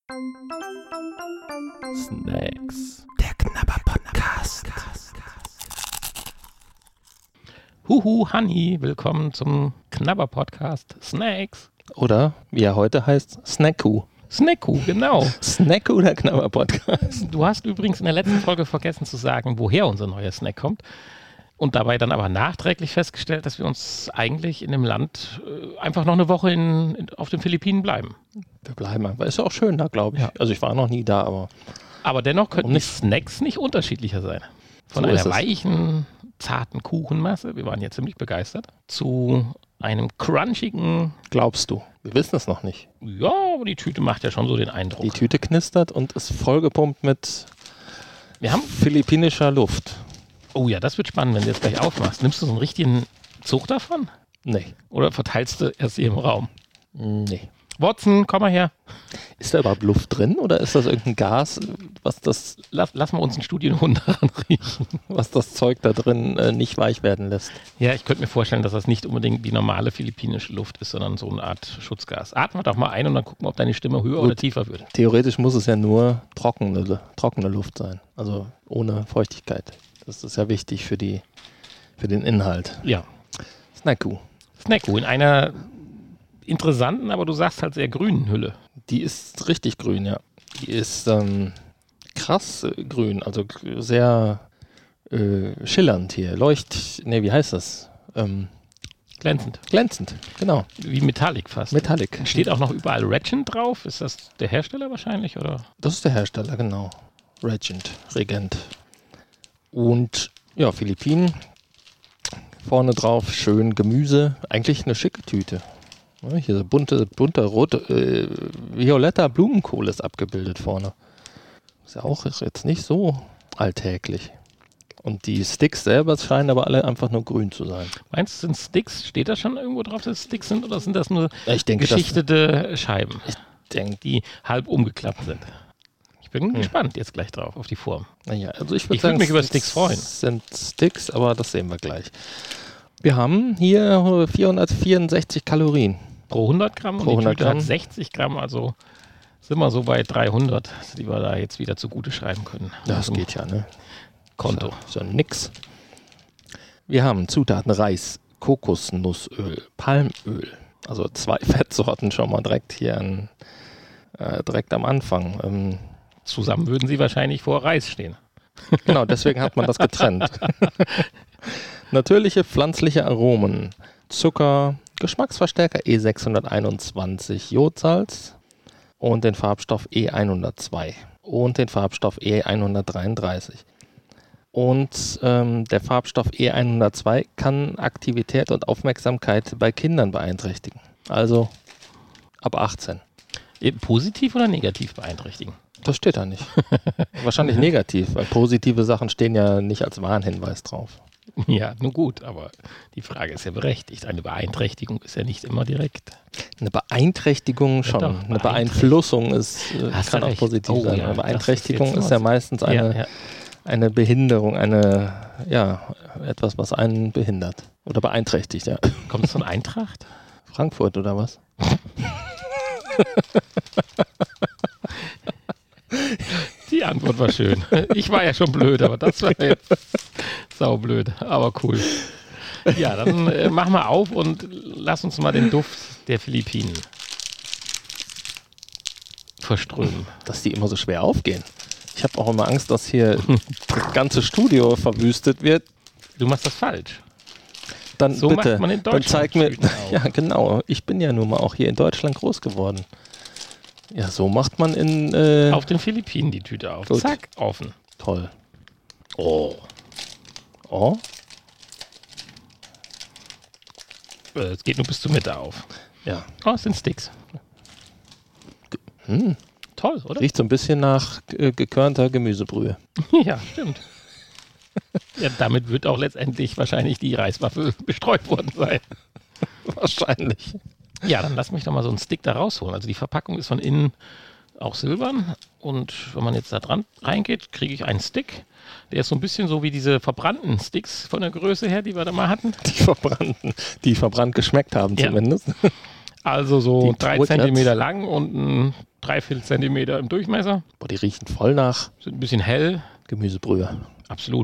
Snacks. Der Knabber-Podcast. Huhu, Honey, willkommen zum Knabber-Podcast Snacks. Oder, wie er heute heißt, Snacku. Snacku, genau. Snacku, der Knabber-Podcast. Du hast übrigens in der letzten Folge vergessen zu sagen, woher unser neuer Snack kommt. Und dabei dann aber nachträglich festgestellt, dass wir uns eigentlich in dem Land einfach noch eine Woche auf den Philippinen bleiben. Wir bleiben einfach. Ist ja auch schön da, glaube ich. Ja. Also ich war noch nie da, aber... Aber dennoch könnten die Snacks nicht unterschiedlicher sein. Von einer weichen, zarten Kuchenmasse, wir waren ja ziemlich begeistert, zu einem crunchigen... Glaubst du? Wir wissen es noch nicht. Ja, aber die Tüte macht ja schon so den Eindruck. Die Tüte knistert und ist vollgepumpt mit philippinischer Luft. Oh ja, das wird spannend, wenn du jetzt gleich aufmachst. Nimmst du so einen richtigen Zug davon? Nee. Oder verteilst du erst hier im Raum? Nee. Watson, komm mal her. Ist da überhaupt Luft drin oder ist das irgendein Gas, was das... Lass mal uns einen Studienhund daran riechen. Was das Zeug da drin nicht weich werden lässt. Ja, ich könnte mir vorstellen, dass das nicht unbedingt die normale philippinische Luft ist, sondern so eine Art Schutzgas. Atme doch mal ein und dann gucken wir, ob deine Stimme höher oder tiefer wird. Theoretisch muss es ja nur trockene Luft sein, also ohne Feuchtigkeit. Das ist ja wichtig für den Inhalt. Ja. Snacku in einer interessanten, aber du sagst halt sehr grünen Hülle. Die ist richtig grün, ja. Die ist krass grün, also sehr schillernd hier. Wie heißt das? Glänzend. Glänzend, genau. Wie Metallic fast. Metallic. Steht auch noch überall Regent drauf. Ist das der Hersteller wahrscheinlich, oder? Das ist der Hersteller, genau. Regent. Und ja, Philippinen. Vorne drauf schön Gemüse. Eigentlich eine schicke Tüte. Ja, hier so bunter, rote, violetter Blumenkohl ist abgebildet vorne. Ist ja auch jetzt nicht so alltäglich. Und die Sticks selber scheinen aber alle einfach nur grün zu sein. Meinst du, sind Sticks? Steht da schon irgendwo drauf, dass es Sticks sind? Oder sind das nur geschichtete Scheiben, die halb umgeklappt sind? Ich bin gespannt jetzt gleich drauf, auf die Form. Naja, also ich würde mich über Sticks freuen. Es sind Sticks, aber das sehen wir gleich. Wir haben hier 464 Kalorien. Pro 100 Gramm und die Tüte hat 60 Gramm, also sind wir so bei 300, die wir da jetzt wieder zugute schreiben können. Das geht ja, ne? Konto. So nix. Wir haben Zutaten Reis, Kokosnussöl, Palmöl, also 2 Fettsorten schon mal direkt am Anfang. Zusammen würden sie wahrscheinlich vor Reis stehen. Genau, deswegen hat man das getrennt. Natürliche pflanzliche Aromen, Zucker, Geschmacksverstärker E621, Jodsalz und den Farbstoff E102 und den Farbstoff E133. Und der Farbstoff E102 kann Aktivität und Aufmerksamkeit bei Kindern beeinträchtigen. Also ab 18. Positiv oder negativ beeinträchtigen? Das steht da nicht. Wahrscheinlich negativ, weil positive Sachen stehen ja nicht als Warnhinweis drauf. Ja, nun gut, aber die Frage ist ja berechtigt. Eine Beeinträchtigung ist ja nicht immer direkt. Eine Beeinträchtigung schon. Ja, doch, eine Beeinflussung kann auch positiv sein. Eine Beeinträchtigung ist ja meistens eine Behinderung, etwas, was einen behindert. Oder beeinträchtigt, ja. Kommt es von Eintracht? Frankfurt oder was? Die Antwort war schön. Ich war ja schon blöd, aber das war jetzt saublöd, aber cool. Ja, dann mach mal auf und lass uns mal den Duft der Philippinen verströmen. Dass die immer so schwer aufgehen. Ich habe auch immer Angst, dass hier das ganze Studio verwüstet wird. Du machst das falsch. Dann so bitte, macht man in Deutschland. Dann zeig mir. Ja, genau. Ich bin ja nun mal auch hier in Deutschland groß geworden. Ja, so macht man auf den Philippinen die Tüte auf. Gut. Zack, offen. Toll. Oh. Es geht nur bis zur Mitte auf. Ja. Oh, es sind Sticks. Toll, oder? Riecht so ein bisschen nach gekörnter Gemüsebrühe. Ja, stimmt. Ja, damit wird auch letztendlich wahrscheinlich die Reiswaffel bestreut worden sein. Wahrscheinlich. Ja, dann lass mich doch mal so einen Stick da rausholen. Also die Verpackung ist von innen auch silbern und wenn man jetzt da dran reingeht, kriege ich einen Stick. Der ist so ein bisschen so wie diese verbrannten Sticks von der Größe her, die wir da mal hatten. Die verbrannt geschmeckt haben zumindest. Also so Die 3 Twiglets. Zentimeter lang und ein 3/4 Zentimeter im Durchmesser. Boah, die riechen voll nach Sind ein bisschen hell. Gemüsebrühe. Absolut.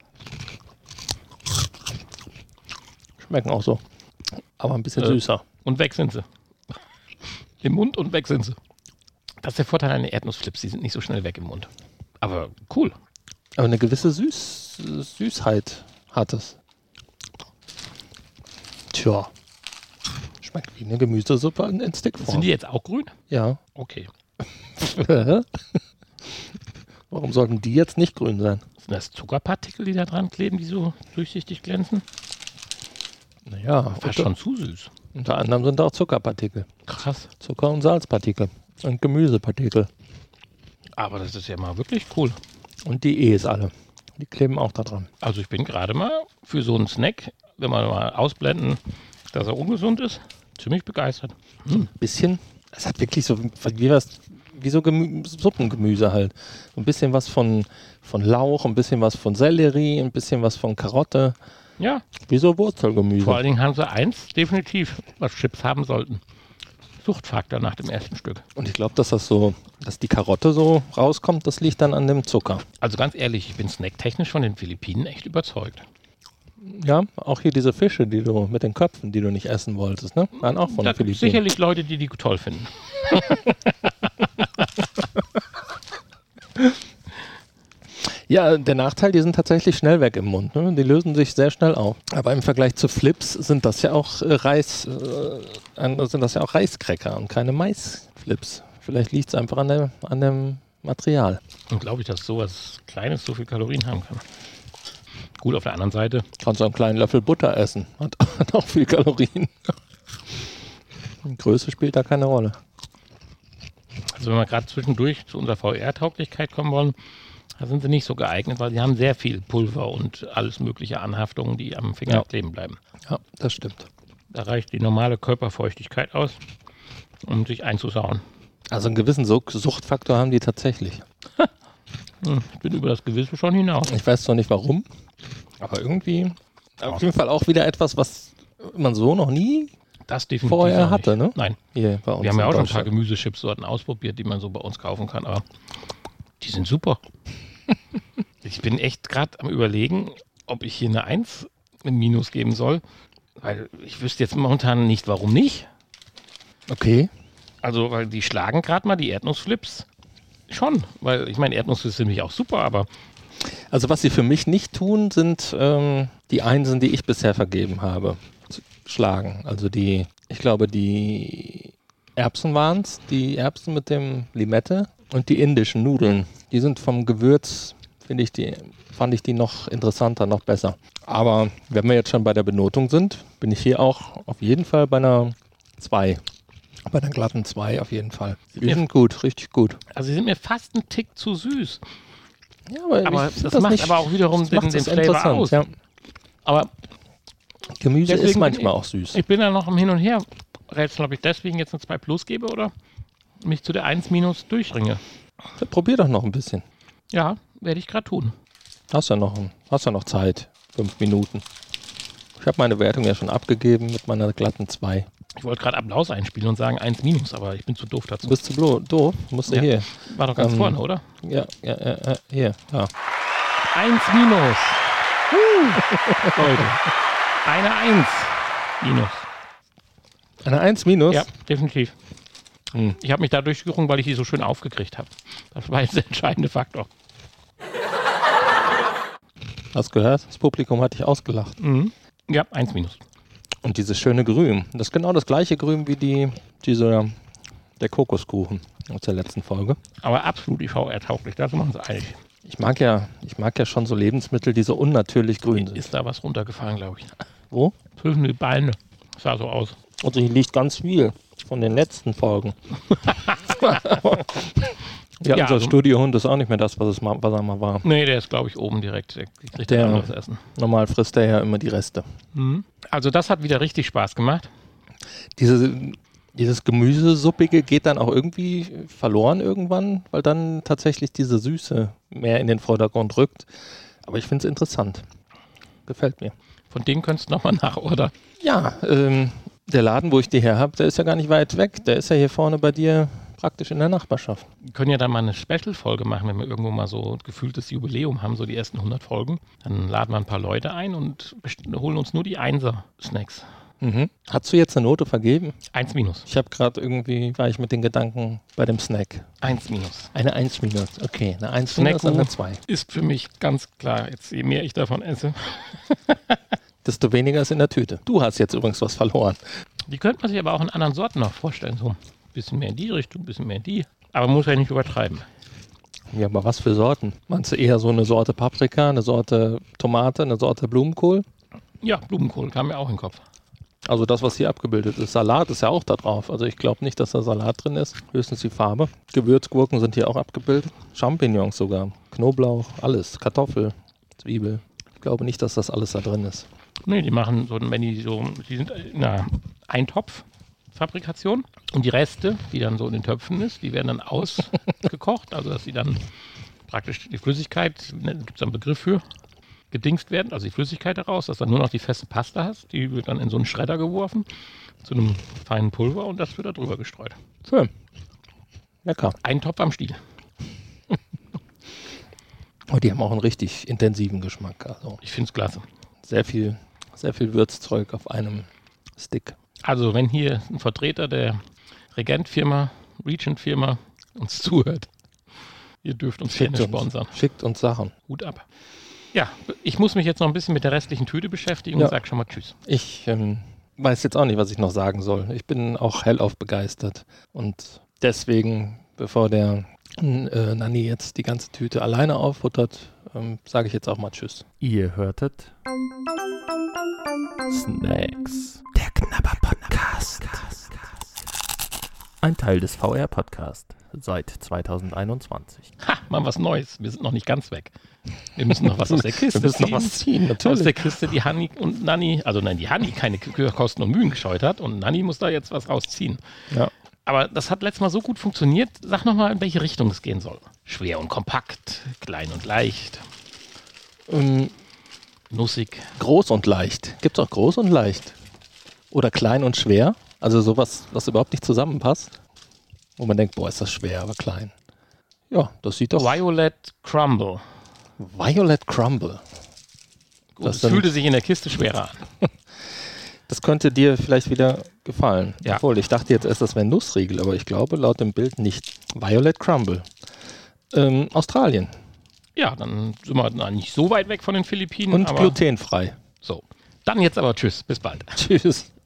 Schmecken auch so. Aber ein bisschen süßer. Und weg sind sie. Im Mund und weg sind sie. Das ist der Vorteil an den Erdnussflips. Die sind nicht so schnell weg im Mund. Aber cool. Aber eine gewisse Süßheit hat es. Tja. Schmeckt wie eine Gemüsesuppe in Stickform. Sind die jetzt auch grün? Ja. Okay. Warum sollten die jetzt nicht grün sein? Sind das Zuckerpartikel, die da dran kleben, die so durchsichtig glänzen? Naja, Fast schon zu süß. unter anderem sind da auch Zuckerpartikel. Krass. Zucker- und Salzpartikel. Und Gemüsepartikel. Aber das ist ja mal wirklich cool. Und die E's alle. Die kleben auch da dran. Also ich bin gerade mal für so einen Snack, wenn wir mal ausblenden, dass er ungesund ist, ziemlich begeistert. Ein bisschen. Es hat wirklich so wie so Suppengemüse halt. So ein bisschen was von Lauch, ein bisschen was von Sellerie, ein bisschen was von Karotte. Ja, Wie so Wurzelgemüse. vor allen Dingen haben sie eins definitiv, was Chips haben sollten. Suchtfaktor nach dem ersten Stück. Und ich glaube, dass die Karotte so rauskommt, das liegt dann an dem Zucker. Also ganz ehrlich, ich bin snacktechnisch von den Philippinen echt überzeugt. Ja, auch hier diese Fische, die du mit den Köpfen, die du nicht essen wolltest, ne? Waren auch von Da den gibt es Philippinen. sicherlich Leute, die toll finden. Ja, der Nachteil, die sind tatsächlich schnell weg im Mund. Ne? Die lösen sich sehr schnell auf. Aber im Vergleich zu Flips sind das ja auch Reiskräcker und keine Maisflips. Vielleicht liegt es einfach an dem Material. Und glaube ich, dass sowas Kleines so viel Kalorien haben kann. Gut, auf der anderen Seite, Kannst du einen kleinen Löffel Butter essen. Hat auch viel Kalorien. Die Größe spielt da keine Rolle. also wenn wir gerade zwischendurch zu unserer VR-Tauglichkeit kommen wollen, da sind sie nicht so geeignet, weil sie haben sehr viel Pulver und alles mögliche Anhaftungen, die am Finger Ja. kleben bleiben. Ja, das stimmt. Da reicht die normale Körperfeuchtigkeit aus, um sich einzusauen. Also einen gewissen Suchtfaktor haben die tatsächlich. Ich bin über das Gewisse schon hinaus. Ich weiß zwar nicht warum, aber irgendwie auf jeden Fall auch wieder etwas, was man so noch nie Das definitiv vorher auch nicht. hatte, ne? Nein, Hier bei uns wir haben ja in auch schon ein paar Deutschland. Gemüsechipsorten ausprobiert, die man so bei uns kaufen kann, aber die sind super. Ich bin echt gerade am Überlegen, ob ich hier eine 1 im Minus geben soll, weil ich wüsste jetzt momentan nicht, warum nicht. Okay. Also, weil die schlagen gerade mal die Erdnussflips schon, weil ich meine, Erdnussflips sind nämlich auch super, aber Also was sie für mich nicht tun, sind die Einsen, die ich bisher vergeben habe, zu schlagen. Also ich glaube, die Erbsen waren es, die Erbsen mit dem Limette und die indischen Nudeln. Die sind vom Gewürz, fand ich die noch interessanter, noch besser. Aber wenn wir jetzt schon bei der Benotung sind, bin ich hier auch auf jeden Fall bei einer 2. Bei einer glatten 2 auf jeden Fall. Die Ja. sind gut, richtig gut. also sie sind mir fast ein Tick zu süß. Ja, Aber ich find das macht nicht- aber auch wiederum das macht den es Flavor interessant, aus. ja. Aber Gemüse ist Deswegen manchmal bin auch süß. ich bin da noch im Hin und Her rätseln, ob ich deswegen jetzt eine 2 Plus gebe oder mich zu der 1 Minus durchringe. Probier doch noch ein bisschen. Ja, werde ich gerade tun. Hast ja noch Zeit. 5 Minuten. Ich habe meine Wertung ja schon abgegeben mit meiner glatten 2. Ich wollte gerade Applaus einspielen und sagen 1 Minus, aber ich bin zu doof dazu. Bist du doof? Musst du Ja. hier. War doch ganz vorne, oder? Ja, hier. Ja. 1 Minus. Leute. Eine 1 Minus. Eine 1 minus? Ja, definitiv. Hm. Ich habe mich da durchgerungen, weil ich die so schön aufgekriegt habe. Das war jetzt der entscheidende Faktor. Hast gehört? Das Publikum hat dich ausgelacht. Mhm. Ja, 1 Minus. Und dieses schöne Grün. Das ist genau das gleiche Grün wie der Kokoskuchen aus der letzten Folge. Aber absolut IVR-tauglich, da sind wir uns einig. Ich mag ja schon so Lebensmittel, die so unnatürlich grün sind. Ist da was runtergefallen, glaube ich. Wo? Zwischen die Beine. Sah so aus. Also hier liegt ganz viel von den letzten Folgen. Ja, Ja, unser also- Studiohund ist auch nicht mehr das, was er mal war. Nee, der ist, glaube ich, oben direkt. Der kriegt Der- ein anderes Essen. Normal frisst er ja immer die Reste. Also das hat wieder richtig Spaß gemacht. Dieses Gemüsesuppige geht dann auch irgendwie verloren irgendwann, weil dann tatsächlich diese Süße mehr in den Vordergrund rückt. Aber ich finde es interessant. Gefällt mir. Von denen könntest du nochmal nachordern. Ja, Der Laden, wo ich die her habe, der ist ja gar nicht weit weg. Der ist ja hier vorne bei dir praktisch in der Nachbarschaft. Wir können ja dann mal eine Special-Folge machen, wenn wir irgendwo mal so ein gefühltes Jubiläum haben, so die ersten 100 Folgen. Dann laden wir ein paar Leute ein und holen uns nur die 1er-Snacks. Mhm. Hast du jetzt eine Note vergeben? 1-. Ich habe gerade irgendwie, war ich mit den Gedanken bei dem Snack. 1-. Eine 1-, okay. Eine 1- Snack und eine 2. Ist für mich ganz klar, jetzt je mehr ich davon esse. Desto weniger ist in der Tüte. Du hast jetzt übrigens was verloren. Die könnte man sich aber auch in anderen Sorten noch vorstellen. So ein bisschen mehr in die Richtung, ein bisschen mehr in die. Aber man muss ja nicht übertreiben. Ja, aber was für Sorten? Meinst du eher so eine Sorte Paprika, eine Sorte Tomate, eine Sorte Blumenkohl? Ja, Blumenkohl kam mir auch in den Kopf. Also das, was hier abgebildet ist. Salat ist ja auch da drauf. Also ich glaube nicht, dass da Salat drin ist. Höchstens die Farbe. Gewürzgurken sind hier auch abgebildet. Champignons sogar. Knoblauch, alles. Kartoffel, Zwiebel. Ich glaube nicht, dass das alles da drin ist. Nee, die machen so, wenn die sind in einer Eintopffabrikation und die Reste, die dann so in den Töpfen ist, die werden dann ausgekocht, also dass sie dann praktisch die Flüssigkeit, gibt es einen Begriff für, gedingst werden, also die Flüssigkeit daraus, dass du dann nur noch die feste Pasta hast, die wird dann in so einen Schredder geworfen, zu einem feinen Pulver und das wird da drüber gestreut. Schön. Lecker. Ein Topf am Stiel. Und die haben auch einen richtig intensiven Geschmack. Also Ich finde es klasse. sehr viel Würzzeug auf einem Stick. Also wenn hier ein Vertreter der Regent-Firma, Regent-Firma uns zuhört, ihr dürft uns gerne sponsern. Schickt uns Sachen. Hut ab. Ja, ich muss mich jetzt noch ein bisschen mit der restlichen Tüte beschäftigen und sag schon mal Tschüss. Ich weiß jetzt auch nicht, was ich noch sagen soll. Ich bin auch hellauf begeistert. Und deswegen, bevor der Nanni jetzt die ganze Tüte alleine auffuttert, sage ich jetzt auch mal Tschüss. Ihr hörtet Snacks. Der Knabber-Podcast. Ein Teil des VR-Podcast seit 2021. Ha, mal was Neues. Wir sind noch nicht ganz weg. Wir müssen noch was aus der Kiste Wir müssen noch was ziehen, natürlich. Aus der Kiste, die Hanni und Nanni, also nein, die Hanni keine Kosten und Mühen gescheut hat und Nanni muss da jetzt was rausziehen. Ja. Aber das hat letztes Mal so gut funktioniert. Sag nochmal, in welche Richtung es gehen soll. Schwer und kompakt, klein und leicht, nussig. Groß und leicht. Gibt es auch groß und leicht? Oder klein und schwer? Also sowas, was überhaupt nicht zusammenpasst? Wo man denkt, boah, ist das schwer, aber klein. Ja, das sieht doch... Violet Crumble. Violet Crumble. Gut, das fühlte sich in der Kiste schwerer an. Das könnte dir vielleicht wieder gefallen. Ja. Obwohl, ich dachte jetzt erst, das wäre ein Nussriegel, aber ich glaube laut dem Bild nicht. Violet Crumble. Australien. Ja, dann sind wir nicht so weit weg von den Philippinen. Und aber glutenfrei. so. Dann jetzt aber tschüss, bis bald. Tschüss.